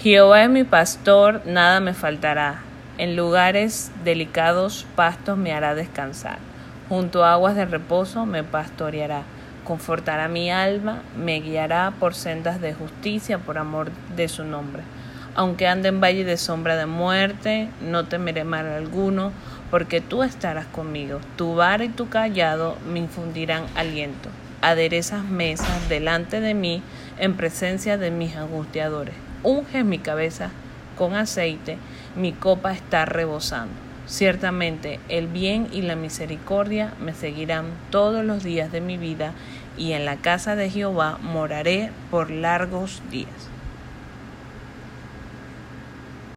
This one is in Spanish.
Jehová es mi pastor, nada me faltará. En lugares delicados pastos me hará descansar. Junto a aguas de reposo me pastoreará. Confortará mi alma, me guiará por sendas de justicia por amor de su nombre. Aunque ande en valle de sombra de muerte, no temeré mal alguno, porque tú estarás conmigo. Tu vara y tu cayado me infundirán aliento. Aderezas mesas delante de mí en presencia de mis angustiadores. Unges mi cabeza con aceite, mi copa está rebosando. Ciertamente el bien y la misericordia me seguirán todos los días de mi vida, y en la casa de Jehová moraré por largos días.